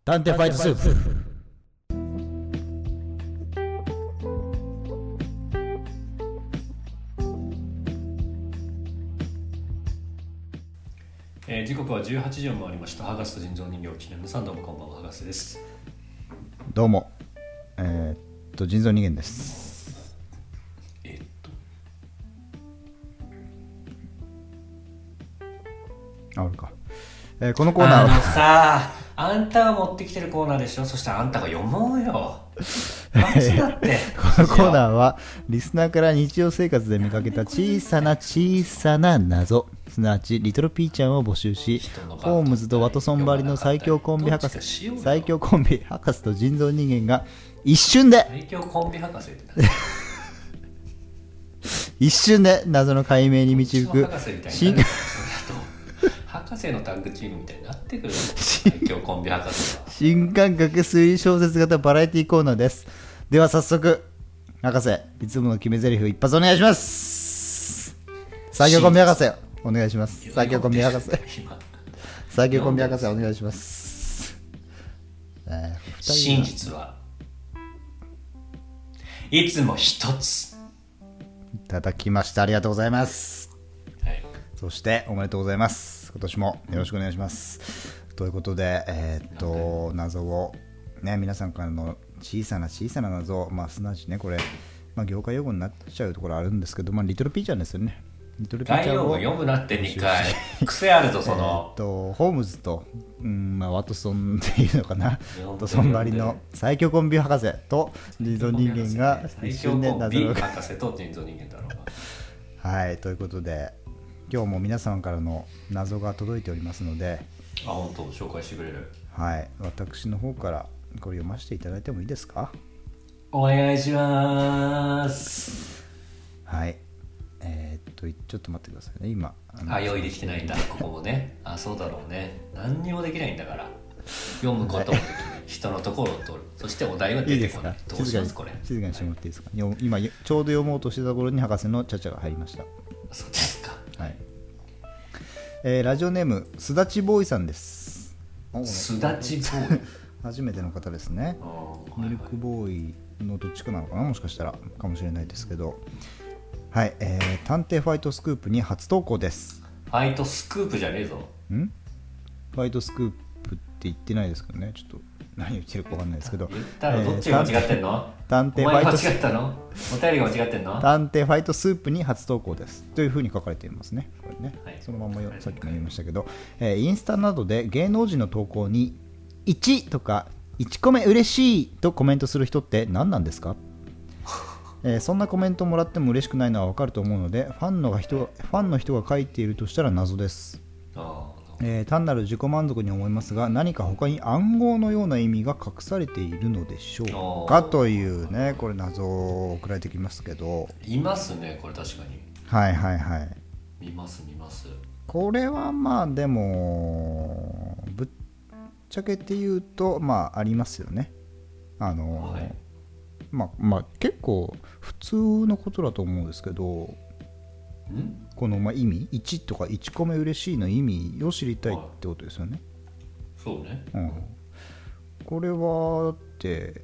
探偵ファイトスープ。 時刻は18時を回りました。博士と人造人形記念のさん、どうもこんばんは、博士です。 どうも人造人間です。あるか、このコーナーはさあ、あんたが持ってきてるコーナーでしょ。そしたらあんたが読もうよ。待つだってこのコーナーはリスナーから日常生活で見かけた小さな謎、すなわちリトルピーちゃんを募集し、ホームズとワトソンばりの最強コンビ博士と人造人間が一瞬で最強コンビ博士って一瞬で謎の解明に導く博士のタッグチームみたいになってくる最強コンビ博士は新感覚推理小説型バラエティコーナーです。では早速博士、いつもの決め台詞一発お願いします。最強コンビ博士お願いします。最強コンビ博士最強コンビ博士お願いします。 真実はいつも一つ。 いただきました。ありがとうございます、 はい、 そしておめでとうございます。今年もよろしくお願いします、ということで、謎をね、皆さんからの小さな謎、すなわちね、これ、業界用語になっちゃうところあるんですけど、リトルピーちゃんですよね。リトルピーちゃんを概要文読むなって2回癖あるぞ。そのホームズと、ワトソンっていうのかな、ワトソンばりの最強コンビ博士と人造人間が一瞬で謎を博士と人造人間だろうなはい、ということで今日も皆様からの謎が届いておりますので、 本当紹介してくれる。 はい、私の方からこれ読ませていただいてもいいですか。 お願いします。 はい、ちょっと待ってくださいね。今用意できてないんだ、ここもね。そうだろうね。何にもできないんだから。読むこともできない、人のところを取る、そしてお題が出てこない。どうしますこれ。 静かにしてもらっていいですか。今ちょうど読もうとしてた頃に博士のチャチャが入りました。 そうですか。 はい、ラジオネームすだちボーイさんです。 すだちボーイ初めての方ですね。ミルクボーイのどっちかなのかな、もしかしたらかもしれないですけど、はい、探偵ファイトスクープに初投稿です。 ファイトスクープじゃねえぞ。 ファイトスクープって言ってないですけどね、ちょっと何言ってるか分かんないですけど、 言ったらどっちが間違ってんの。 探偵ファイトお前間違ったの。お便りが間違ってんの。 探偵ファイトスープに初投稿ですというふうに書かれていますね。これね、 はい、 そのままさっきも言いましたけど、インスタなどで芸能人の投稿に1とか1個目嬉しいとコメントする人って何なんですか。そんなコメントをもらっても嬉しくないのは分かると思うので、ファンの人が書いているとしたら謎です。単なる自己満足に思いますが、何か他に暗号のような意味が隠されているのでしょうか、というね、これ謎を送られてきますけど、 いますね、これ確かに。 はいはいはい、 見ますこれはでもぶっちゃけて言うとありますよね。はい、結構普通のことだと思うんですけど、この意味1とか1個目嬉しいの意味を知りたいってことですよね。 そうね、 これはだって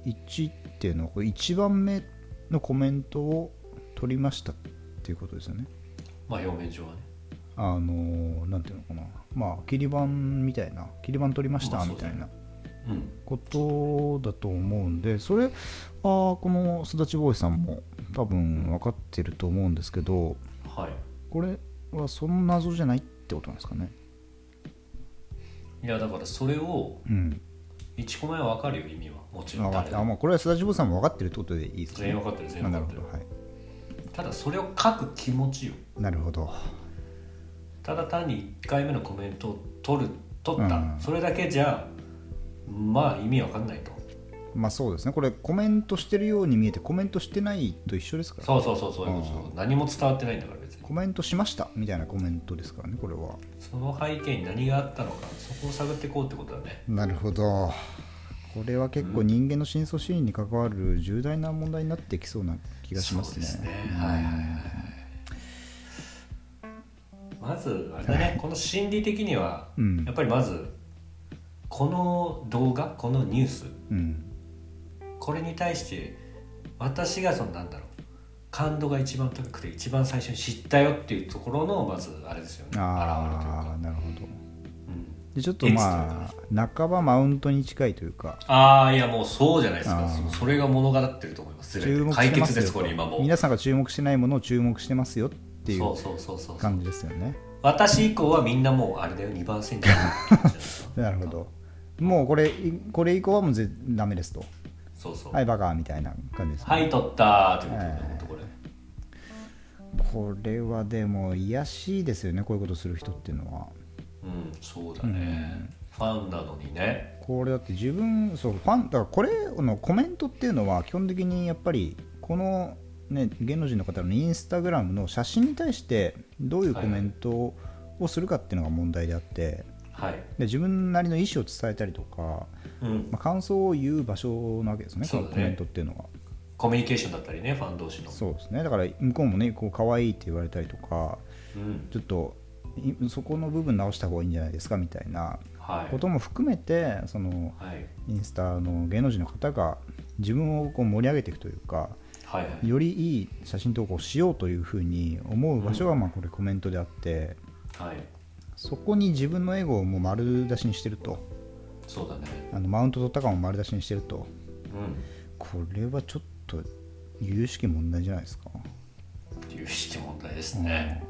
1っていうのは1番目のコメントを取りましたっていうことですよね。 表面上はね、 なんていうのかな、切り板みたいな、切り板取りましたみたいなことだと思うんで、それこのすだちボーイさんも多分分かってると思うんですけど、 はい、 これはその謎じゃないってことなんですかね。 いやだからそれを、1個目は分かるよ、意味はもちろん。 これはすだちボーイさんも分かってるってことでいいですね。 全員分かってる、全員分かってる。 はい、 ただそれを書く気持ちよ。 なるほど。 ただ単に1回目のコメントを取った、それだけじゃ意味わかんないと。 そうですね、これコメントしてるように見えてコメントしてないと一緒ですから、 そういうこと。何も伝わってないんだから。別にコメントしましたみたいなコメントですからね、これは。 その背景に何があったのか、そこを探っていこうってことだね。 なるほど。これは結構人間の深層心理に関わる重大な問題になってきそうな気がしますね。 そうですね、まずあれだね、この心理的には、やっぱりまずこの動画このニュース、 うん、 これに対して私がそのなんだろう感度が一番高くて一番最初に知ったよっていうところのまずあれですよね。 ああなるほど、うん、でちょっとまあ半ばマウントに近いというか、 ああいやもうそうじゃないですか。それが物語ってると思います。 注目してますよ、 解決ですこれ今も皆さんが注目してないものを注目してますよっていう感じですよね。 私以降はみんなもうあれだよ2番線じゃなるほど。もうこれ以降はもうダメですと。 そうそうはいバカみたいな感じです、ね、 はい取ったということで、本当これはでも癒しいですよね、こういうことする人っていうのは。 うんそうだね、ファンなのにね。 これだって自分そうファンだから、これのコメントっていうのは基本的にやっぱりこのね芸能人の方のインスタグラムの写真に対してどういうコメントをするかっていうのが問題であって、 はい、 で自分なりの意思を伝えたりとか、 うんまあ、感想を言う場所なわけですね、このコメントっていうのは。 コミュニケーションだったりね、ファン同士の。 そうですね、だから向こうもねこう可愛いって言われたりとか、 うん、 ちょっとそこの部分直した方がいいんじゃないですかみたいなことも含めて、そのインスタの芸能人の方が自分をこう盛り上げていくというか、 はいはい、 よりいい写真投稿をしようというふうに思う場所がまあこれコメントであって、 はい、そこに自分のエゴをもう丸出しにしてると。 そうだね、 マウント取った感を丸出しにしてると、 うん、 これはちょっと由々しき問題じゃないですか。 由々しき問題ですね。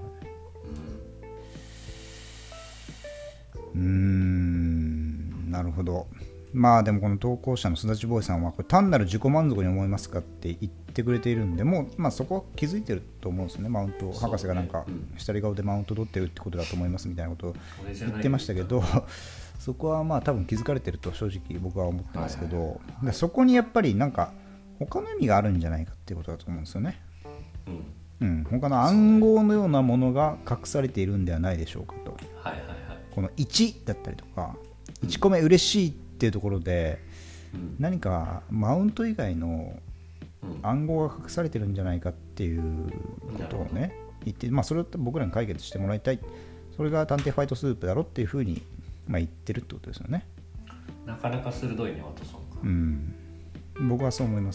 なるほど。まあでもこの投稿者のすだちボーイさんはこれ単なる自己満足に思いますかって言ってくれているんで、もう、まあ、そこは気づいてると思うんですよね。マウント、博士がなんか下り顔でマウント取ってるってことだと思いますみたいなことを言ってましたけど、そこはまあ多分気づかれてると正直僕は思ってますけど、でそこにやっぱりなんか他の意味があるんじゃないかっていうことだと思うんですよね。他の暗号のようなものが隠されているんではないでしょうかと。 はいはいはい、 この1だったりとか1個目嬉しいっていうところで、何かマウント以外の暗号が隠されてるんじゃないかっていうことをね言って、まあ、それを僕らに解決してもらいたい、それが探偵ファイトスープだろっていうふうにまあ言ってるってことですよね。なかなか鋭いね、ワトソンが。僕はそう思います。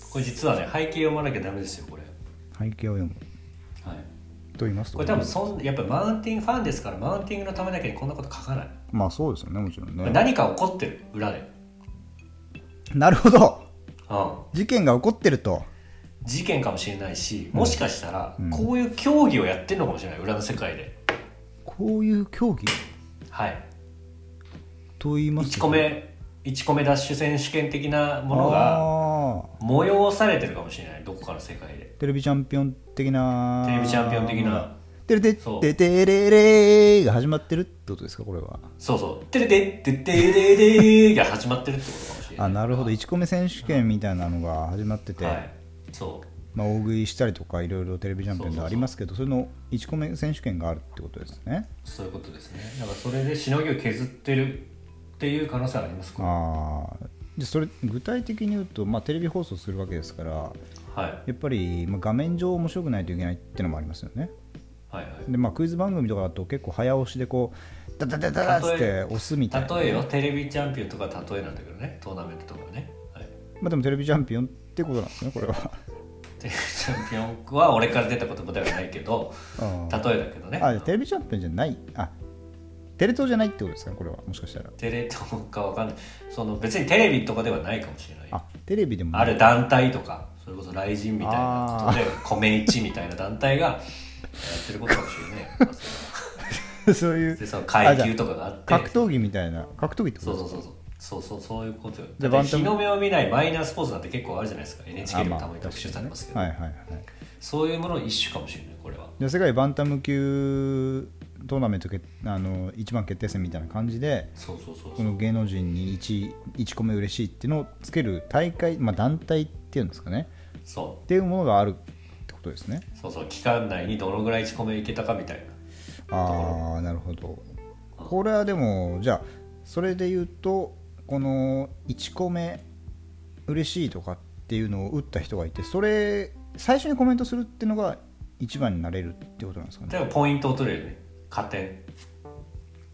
これ実はね、背景読まなきゃダメですよ、これ。 背景を読む。はい。と言いますと、 これ多分やっぱりマウンティングファンですから、マウンティングのためだけにこんなこと書かない。 まあそうですよね、もちろんね。 何か起こってる、裏で。 なるほど。事件が起こってると。 事件かもしれないし、もしかしたらこういう競技をやってるのかもしれない、裏の世界で。 こういう競技？ はい。 と言いますと、1個目ダッシュ選手権的なものが催されてるかもしれない、どこかの世界で。 テレビチャンピオン的な。テレテッテテレレーが始まってるってことですか、これは。 そうそう、テレテッテテレレーが始まってるってことかもしれない。 なるほど、1個目選手権みたいなのが始まってて、そうまあ、大食いしたりとかいろいろテレビチャンピオンでありますけど、それの1個目選手権があるってことですね。 そういうことですね。だからそれでしのぎを削ってるっていう可能性はありますか。 でそれ具体的に言うと、まあ、テレビ放送するわけですから、はい、やっぱり、まあ、画面上面白くないといけないっていうのもありますよね。はいはい。で、まあ、クイズ番組とかだと結構早押しでこうダダダダダって押すみたいな。 例えよ、テレビチャンピオンとか例えなんだけどね、トーナメントとかね、はい。 まあ、でもテレビチャンピオンってことなんですね、これは。 テレビチャンピオンは俺から出た言葉ではないけど例えだけどね。 テレビチャンピオンじゃない、テレ東じゃないってことですか、これは。もしかしたらテレ東かわかんない。別にテレビとかではないかもしれない。 テレビでもある団体とか、それこそライジンみたいなことで米一みたいな団体がやってることかもしれないそういうで、その階級とかがあって格闘技みたいな、格闘技ってことですか。そういうことよ。だって日の目を見ないマイナースポーツなんて結構あるじゃないですか。 NHK でもたまに特集されますけど、そういうものの一種かもしれない、これは。 で世界バンタム級トーナメント一番決定戦みたいな感じで、この芸能人に 1個目嬉しいっていうのをつける大会、まあ、団体っていうんですかね、っていうものがあるってことですね。 期間内にどのぐらい1個目いけたかみたいな。 なるほど。これはでもじゃあそれで言うと、この1個目嬉しいとかっていうのを打った人がいて、それ最初にコメントするっていうのが一番になれるってことなんですかね。 例えばポイントを取れるね、加点。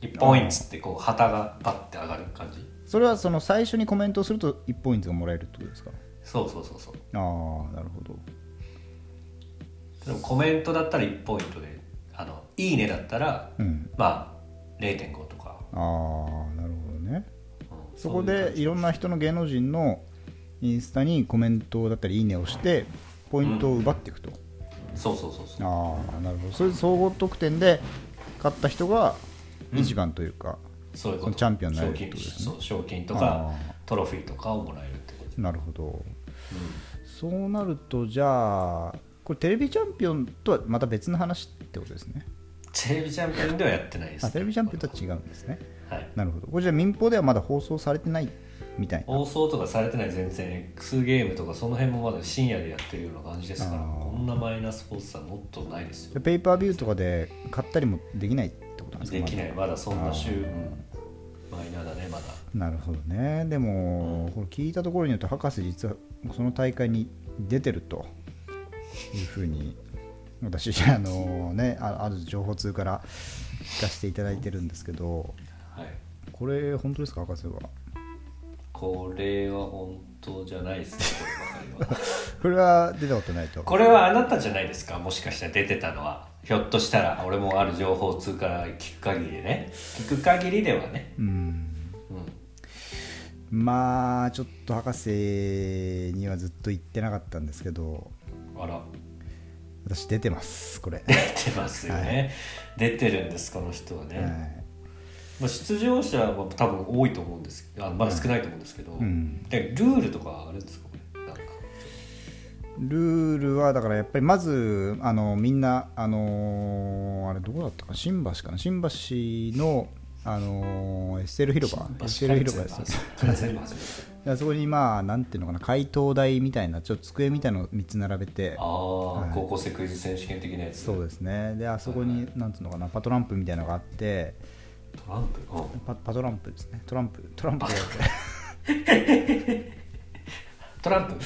1ポイントってこう旗がパッて上がる感じ。 それはその最初にコメントをすると1ポイントがもらえるってことですか？ そうそうそうそう。 ああ、なるほど。 でもコメントだったら1ポイントで、いいねだったら、まあ 0.5 とか。 ああ、なるほどね。そこでいろんな人の芸能人のインスタにコメントだったりいいねをしてポイントを奪っていくと、 そうそうそうそう。 ああ、なるほど。それで総合得点で勝った人が一番というか、 そういうこと。 そのチャンピオンになれるってことですね。 そう、賞金とかトロフィーとかをもらえるってこと。 なるほど、そうなるとじゃあこれテレビチャンピオンとはまた別の話ってことですね。 テレビチャンピオンではやってないです、ね。 テレビチャンピオンとは違うんですね。 はい。 なるほど。これじゃあ民放ではまだ放送されてないみたいな。 放送とかされてない。全然 X ゲームとかその辺もまだ深夜でやってるような感じですから、こんなマイナスポーツはもっとないですよ。 ペーパービューとかで買ったりもできないってことなんですか？ できない。まだそんな週、マイナーだねまだ。 なるほどね。でも、これ聞いたところによって博士実はその大会に出てるというふうに私ある情報通から聞かせていただいてるんですけど、 はい、 これ本当ですか？博士はこれは本当じゃないですね。こればかりはこれは出たことないと。 これはあなたじゃないですか？もしかしたら出てたのは。ひょっとしたら俺もある情報通から聞く限りでね。聞く限りではね。 まあちょっと博士にはずっと言ってなかったんですけど、 あら、 私出てますこれ。 出てますよね、はい、出てるんですこの人はね、はい。まあ、出場者は多分多いと思うんですけど、まだ少ないと思うんですけど、でルールとかあるんですか？なんかルールはだからやっぱりまずみんなあれどこだったか、新橋かな、新橋のSL 広場、SL 広場ですよ。そこになんていうのかな、解答台みたいなちょっと机みたいなのを3つ並べて、 高校生クイズ選手権的なやつ。 そうですね。であそこになんていうのかな、パトランプみたいなのがあって、 トランプ、 パトランプですね。トランプトランプトランプ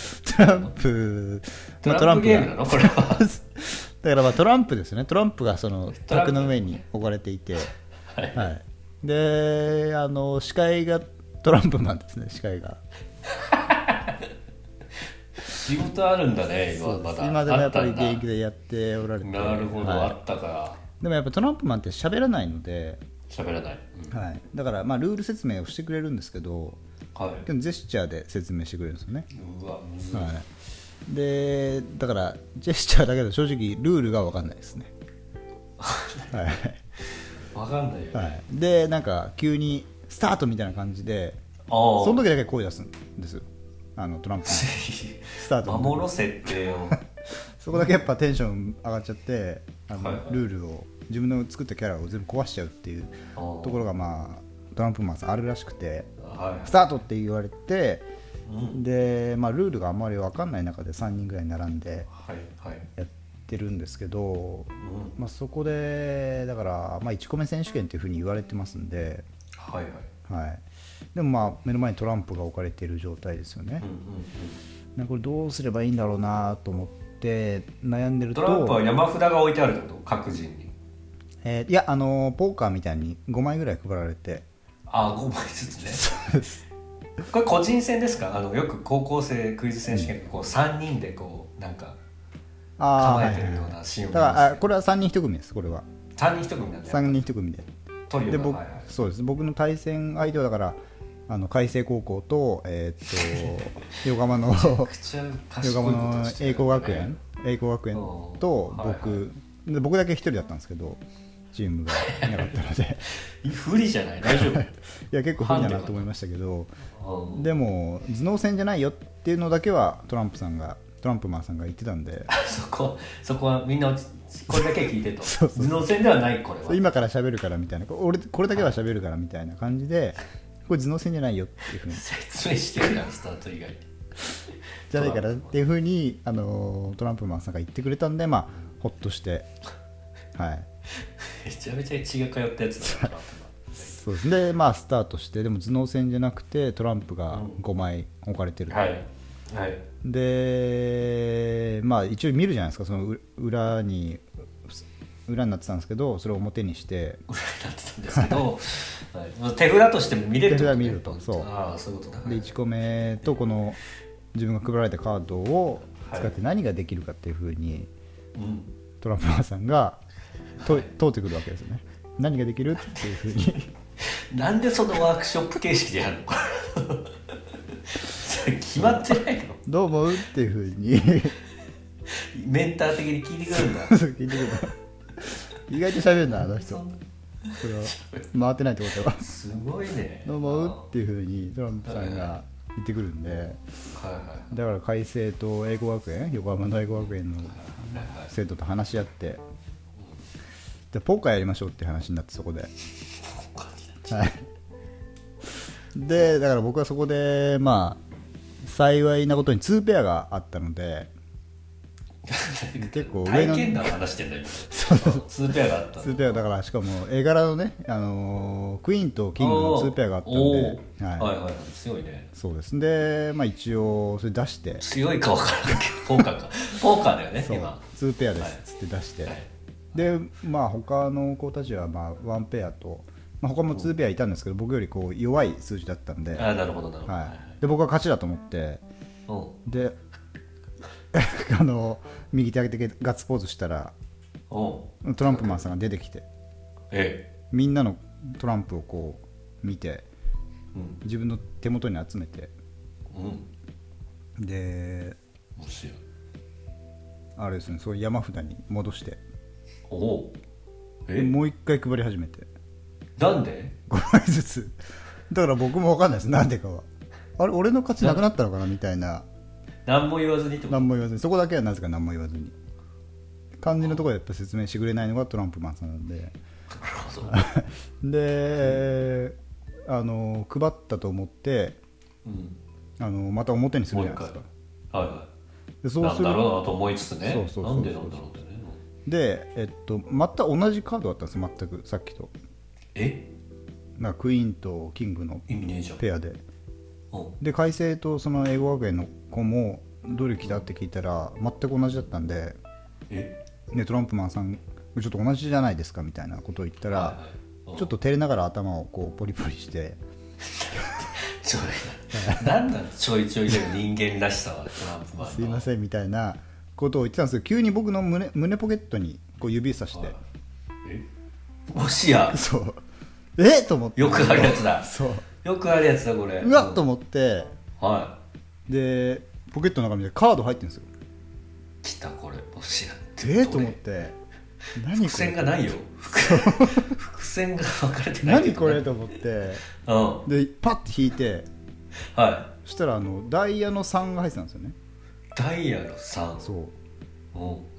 ゲームなのこれは。 だからトランプですね。トランプがその卓の上に置かれていて、はい、で司会がトランプマンですね。司会が仕事あるんだね今。まだ今でもやっぱり現役でやっておられて。 なるほど、あったか。 でもやっぱトランプマンって喋らないので、 喋らない、 はい、だからルール説明をしてくれるんですけど、でもジェスチャーで説明してくれるんですよね。 うわ、 でだからジェスチャーだけど正直ルールが分かんないですね。 分かんないよ、ね。 でなんか急にスタートみたいな感じで、その時だけ声出すんですよ、トランプのスタート守ろせってよ。 そこだけやっぱテンション上がっちゃって、ルールを自分の作ったキャラを全部壊しちゃうっていうところがトランプマンさんあるらしくて、スタートって言われて、で、ルールがあんまり分かんない中で3人ぐらい並んでやってるんですけど、そこでだから1個目選手権っていう風に言われてますんで、でも目の前にトランプが置かれている状態ですよね。これどうすればいいんだろうなと思って悩んでると、 トランプは山札が置いてあるってこと？各人に。 いやポーカーみたいに5枚ぐらい配られて。 5枚ずつね。そうです。これ個人戦ですか？よく高校生クイズ選手権こう3人でこうなんか構えてるようなシーンを見ます。 だからこれは3人1組です。これは 3人1組なんで。 3人1組で。 トリオが。 そうです。僕の対戦相手はだから開成高校と横浜の栄光学園と僕だけ1人だったんですけど、チームがいなかったので不利じゃない？大丈夫？いや結構不利だなと思いましたけど、でも頭脳戦じゃないよっていうのだけはトランプマンさんが言ってたんでそこはみんなこれだけ聞いてと。頭脳戦ではない。これは今から喋るからみたいな、これだけは喋るからみたいな感じで、これ頭脳戦じゃないよっていうふうに説明してるやん、スタート以外にじゃないからっていうふうにトランプマンさんが言ってくれたんで、ほっとして、 めちゃめちゃ血が通ったやつだな。 そうですね。でスタートして、でも頭脳戦じゃなくてトランプが5枚置かれてる、で一応見るじゃないですか、その裏に裏になってたんですけど、それを表にして裏になってたんですけど、はい、手札としても見れると、 手札見ると、そう、 ああそういうことだ。 で1個目とこの自分が配られたカードを使って何ができるかっていう風に、トランプマンさんが通ってくるわけですよね。何ができるっていう風になんでそのワークショップ形式でやるの決まってないのどう思うっていう風にメンター的に聞いてくるんだ聞いてくる意外と喋るなあの人。それは回ってないってことはすごいね。 どう思うっていう風にトランプさんが言ってくるんで、 はいはい、 だから開成と英語学園、横浜の英語学園の生徒と話し合って、でポーカーやりましょうっていう話になって、そこで、はい、でだから僕はそこでまあ幸いなことに2ペアがあったので結構上の体験談話してんだよ2ペアがあった 2ペアだから、しかも絵柄のね、クイーンとキングの2ペアがあったんで、 はいはいはい、強いね。 そうですで、まあ、一応それ出して、 強いか分からんけどポーカーかポーカーだよね今 2ペアですっつって出して、はい、でまあ他の子たちはまあ1ペアと、まあ、他も2ペアいたんですけど、僕よりこう弱い数字だったんで、 あ、なるほどなるほど、 はい、で僕は勝ちだと思って、で右手上げてガッツポーズしたらトランプマンさんが出てきて、みんなのトランプをこう見て、自分の手元に集めて、であれですね、そういう山札に戻して、もう一回配り始めて、 なんで 5枚ずつだから僕も分かんないです、なんでかは。あれ俺の勝ちなくなったのかなみたいな。何も言わずにってこと？何も言わずに、そこだけはなぜか何も言わずに、肝心のところでやっぱ説明してくれないのがトランプマンさんなんでで、配ったと思って、また表にするじゃないですか。はいはい、でそうするなんだろうなと思いつつね、なんでなんだろうってね。 で、また同じカードだったんですよ、全くさっきと。なんかクイーンとキングのペアで、で開成とその英語学園の子もどれ来たって聞いたら全く同じだったんで、トランプマンさんちょっと同じじゃないですかみたいなことを言ったら、ちょっと照れながら頭をこうポリポリしてなんだちょいちょいで人間らしさはトランプマンすいませんみたいなことを言ってたんですけど、急に僕の胸ポケットにこう指さして、 もしやそうと思って、 よくあるやつだ。 そうよくあるやつだこれ。 うわっと思って、でポケットの中身でカード入ってるんですよ。 来たこれもしやと思って、何伏線がないよ伏線が分かれてない何これと思って、でパッて引いて、そしたらダイヤの3が入ってたんですよね。 ダイヤの 3？ そう。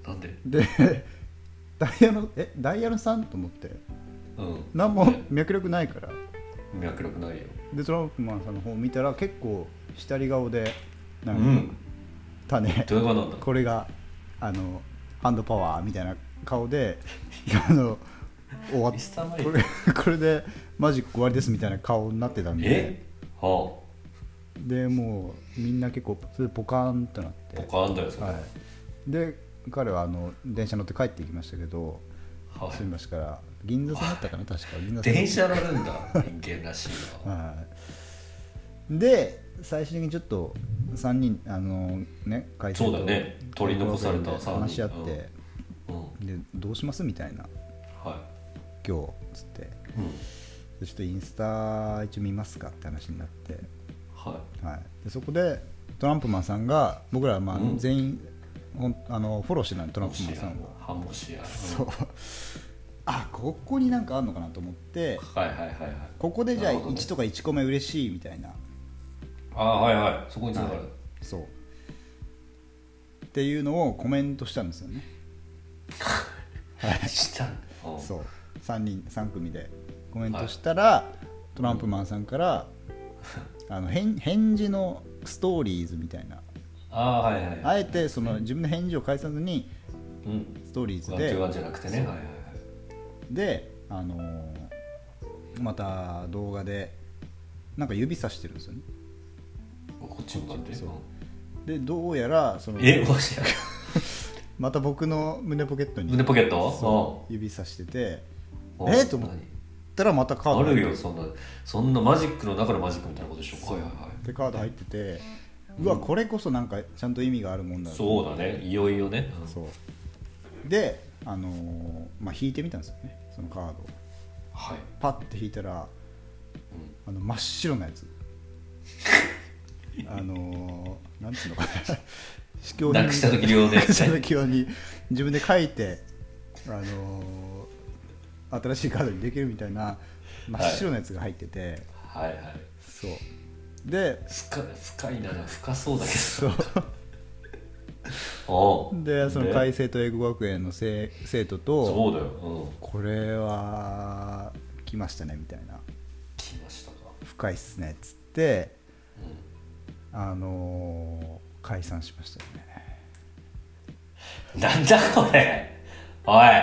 なんでダイヤの3と思って、何も脈絡ないから。 脈絡ないよ。でトランプマンさんの方を見たら結構下り顔でなんか、種どういうことなんだ、 これがハンドパワーみたいな顔で終わっこれでマジック終わりですみたいな顔になってたんで、でもうみんな結構ポカーンとなって、 ポカーンだよそれ、 で彼は電車乗って帰っていきましたけど、新橋から銀座線だったかな、確か銀座線電車乗るんだ人間らしいなで最終的にちょっと3人会社そうだね、取り残された3人話し合って、でどうしますみたいな、今日つって、ちょっとインスタ一応見ますかって話になって、でそこでトランプマンさんが僕らはまあ全員、フォローしてないトランプマンさんをそうここになんかあるのかなと思って、ここでじゃあ1とか1個目嬉しいみたいな、 そこにつながる、 そうっていうのをコメントしたんですよねしたそう3組でコメントしたら、トランプマンさんから返事のストーリーズみたいな、あえてその自分の返事を返さずに、ストーリーズでワンじゃなくてね、 でまた動画でなんか指さしてるんですよね、 こっち向かって。 でどうやらそのもしやまた僕の胸ポケットに胸ポケット指さしててと思ったらまたカードあるよ、そんなマジックの中のマジックみたいなことでしょ。はいはいはい。 でカード入ってて、うわこれこそなんかちゃんと意味があるもんだ。 そうだね、いよいよね、 そうで引いてみたんですよね、そのカードを。 はい、 パッて引いたら、真っ白なやつなんつうのかな試供品なくした時用のやつね。なくした時用に自分で書いて新しいカードにできるみたいな真っ白なやつが入ってて、 はいはいはい、 そうで深いな、深そうだけど。 そうでその開成と英語学園の生徒と、 そうだよ、 これは来ましたねみたいな、 来ましたか、 深いっすねっつって、解散しましたよね。 なんだこれ、おい。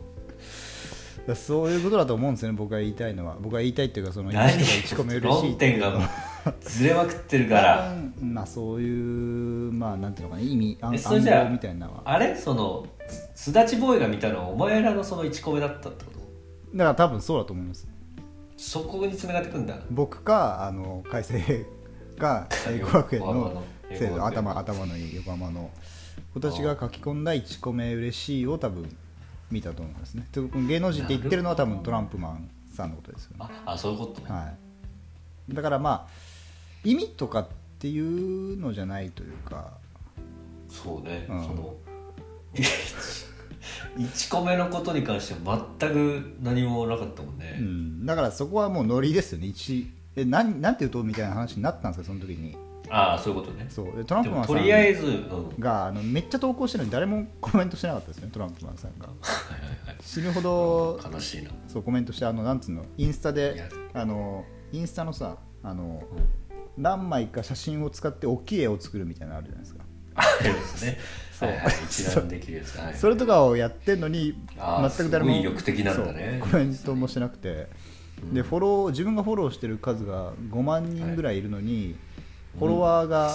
そういうことだと思うんですよね、僕が言いたいのは。僕が言いたいっていうか、その 1個目嬉しい論点がずれまくってるからそういう、なんていうのかな、意味暗号みたいなのはあれ、すだちボーイが見たのはお前らのその1個目だったってこと？ だから多分そうだと思います。 そこに繋がってくんだ。 僕か開成か英語学園の生徒、頭のいい横浜の子たちが書き込んだ1個目嬉しいを多分見たと思いますね。芸能人って言ってるのは多分トランプマンさんのことですよね。 そういうことね。 はい、だから意味とかっていうのじゃないというか、 そうね、1個目のことに関しては全く何もなかったもんね、 だからそこはもうノリですよね。なんて言うとみたいな話になったんですよ、その時に。 そういうことね。 そうでトランプマンさんとりあえず、 がめっちゃ投稿してるのに誰もコメントしてなかったですね、トランプマンさんが。死ぬほど悲しいな。 そうコメントして、なんつうの、インスタでインスタのさ何枚か写真を使って大きい絵を作るみたいなのあるじゃないですか。 あれですね。一覧できるやつ。 それとかをやってんのに全く誰もすごい意欲的なんだね。 コメントもしなくて、で自分がフォローしてる数が5万人ぐらいいるのに、フォロワーが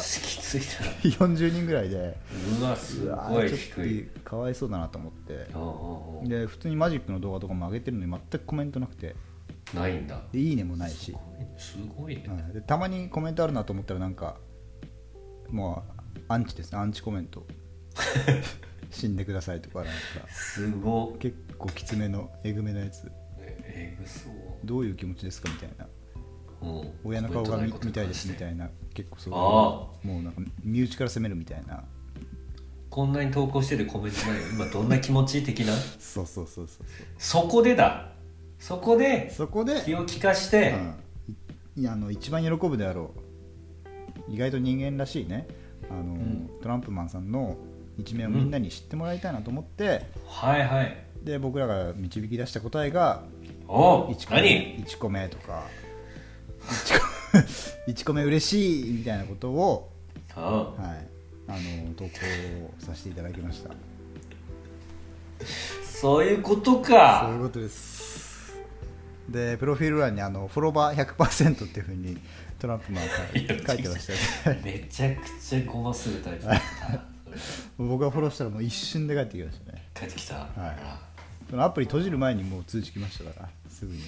40人ぐらいで、 うわすごい低い、 ちょっとかわいそうだなと思って、で普通にマジックの動画とかも上げてるのに全くコメントなくて、 ないんだ。 でいいねもないし、 すごいね、 でたまにコメントあるなと思ったらなんかもうアンチですね、アンチコメント死んでくださいとか、なんかすご結構きつめのえぐめのやつ、 そうどういう気持ちですかみたいな、親の顔が 見たいですみたいな、結構そういうもうなんか身内から責めるみたいな、 こんなに投稿しててコメントないよ、今どんな気持ち的なそうそこで気を利かして、 一番喜ぶであろう、意外と人間らしいね、トランプマンさんの一面をみんなに知ってもらいたいなと思って、で僕らが導き出した答えが1個目とか1個目嬉しいみたいなことを、投稿させていただきました。 そういうことか。 そういうことです。でプロフィール欄にフォロワー 100% っていうふうにトランプマンさん書いてましたよね。 めちゃくちゃごまするタイプだ僕がフォローしたらもう一瞬で帰ってきましたね。 帰ってきた、 そのアプリ閉じる前にもう通知来ましたから、すぐに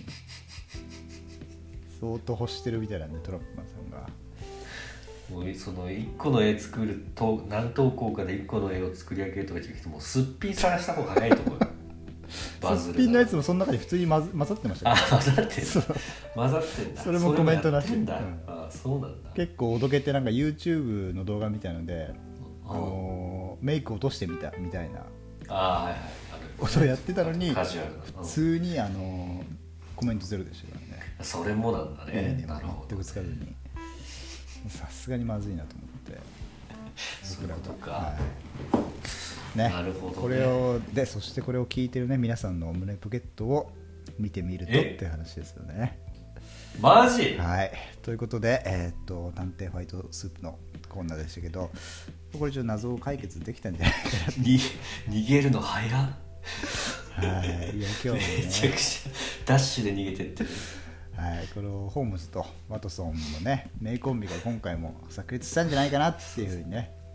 相当欲してるみたいなんで、トランプマンさんがもうその1個の絵作ると何投稿かで1個の絵を作り上げるとかじゃなくて、もうすっぴん探した方が早いと思うよ。 すっぴんのやつもその中に普通に混ざってましたね。 混ざってんだ。 それもコメントなし。 そうなんだ。 結構おどけて、なんか YouTube の動画みたいのでメイク落としてみたみたいなことをやってたのに、 カジュアル普通にコメントゼロでしたからね。 それもなんだね。 なるほど。全くつかずに、さすがにまずいなと思って、 そういうことか。 ね、 なるほどね。 これをで、そしてこれを聞いてるね皆さんの胸ポケットを見てみるとって話ですよね。 マジ？ はい。ということで、探偵ファイトスープのコーナーでしたけど、これ一応謎を解決できたんじゃないかな。 逃げるの早っ。 はい。いや今日もね、 めちゃくちゃダッシュで逃げてってる。 はい。このホームズとワトソンのね名コンビが今回も炸裂したんじゃないかなっていうふうにね。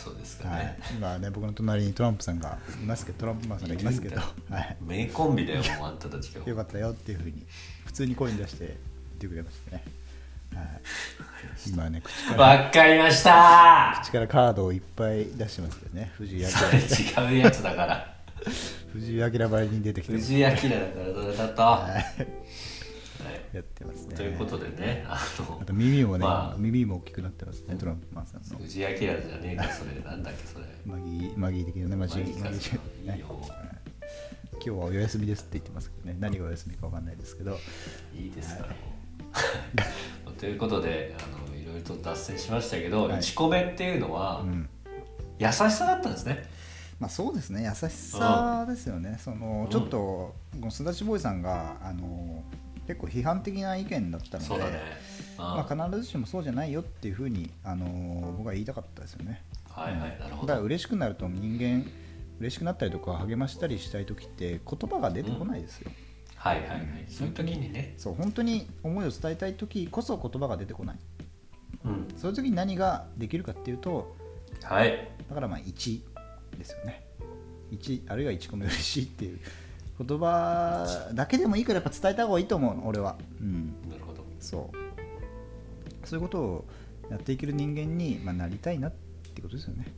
そうですかはいね、 今ね僕の隣にトランプさんがいますけど、トランプマンさんがいますけど、はい、 名コンビだよもうあんたたちがよかったよっていうふうに普通に声に出して言ってくれましたね。はい、今ねわかりました口からカードをいっぱい出してますけどね。藤井明それ違うやつだから藤井明ばりに出てきてます。 藤井明だからそれだと、 やってますね。 ということでね、あと耳もね、耳も大きくなってますね、トランプマンさんの。 藤井明じゃねえかそれ、なんだっけそれ。 マギー的なね、マギーね。今日はお休みですって言ってますけどね、何がお休みかわかんないですけど。 いいですか。ということで、いろいろと脱線しましたけど、1個目っていうのは、優しさだったんですね。 まあそうですね、優しさですよね。ちょっとすだちボーイさんが結構批判的な意見だったので、 そうだね、 まあ、必ずしもそうじゃないよっていうふうに僕は言いたかったですよね。 はいはい、なるほど。 だから嬉しくなると人間嬉しくなったりとか励ましたりしたい時って言葉が出てこないですよ。 はいはいはい、そういう時にね、 そう本当に思いを伝えたい時こそ言葉が出てこない。そういう時に何ができるかっていうと、 はい、 だからまあ1ですよね。1あるいは1個目嬉しいっていう言葉だけでもいいからやっぱ伝えた方がいいと思うの俺は。 なるほど。 そういうことをやっていける人間に、なりたいなってことですよね。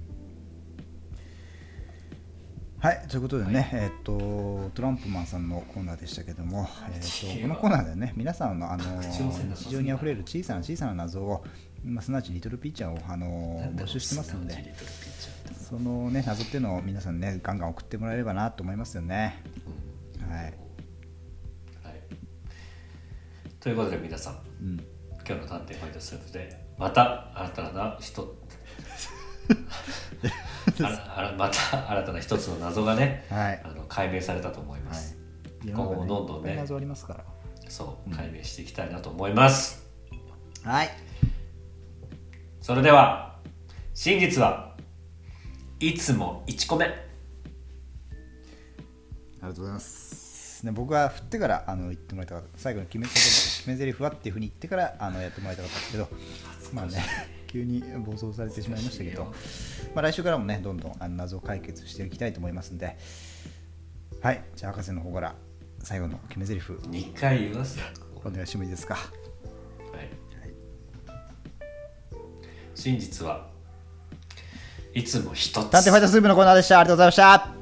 はい、ということでね、トランプマンさんのコーナーでしたけども、このコーナーでね、皆さんの日常にあふれる小さな謎を、すなわちリトルピーチャーを募集してますので、そのね謎っていうのを皆さんねガンガン送ってもらえればなと思いますよね。はい。 ということで皆さん、今日の探偵ファイトスープでまた新たな一つの謎がね、解明されたと思います。今後もどんどんね、 謎ありますから、 解明していきたいなと思います。 はい。 それでは真実はいつも1個目。 ありがとうございます。僕は振ってから言ってもらいたかった。最後の決め台詞はっていうふうに言ってからやってもらいたかったんですけど、急に暴走されてしまいましたけど、来週からもねどんどん謎を解決していきたいと思いますんで、はい、じゃあ博士の方から最後の決め台詞 2回言いますよ。 お願いしてもいいですか。 真実はいつも一つ。 探偵ファイトスープのコーナーでした。ありがとうございました。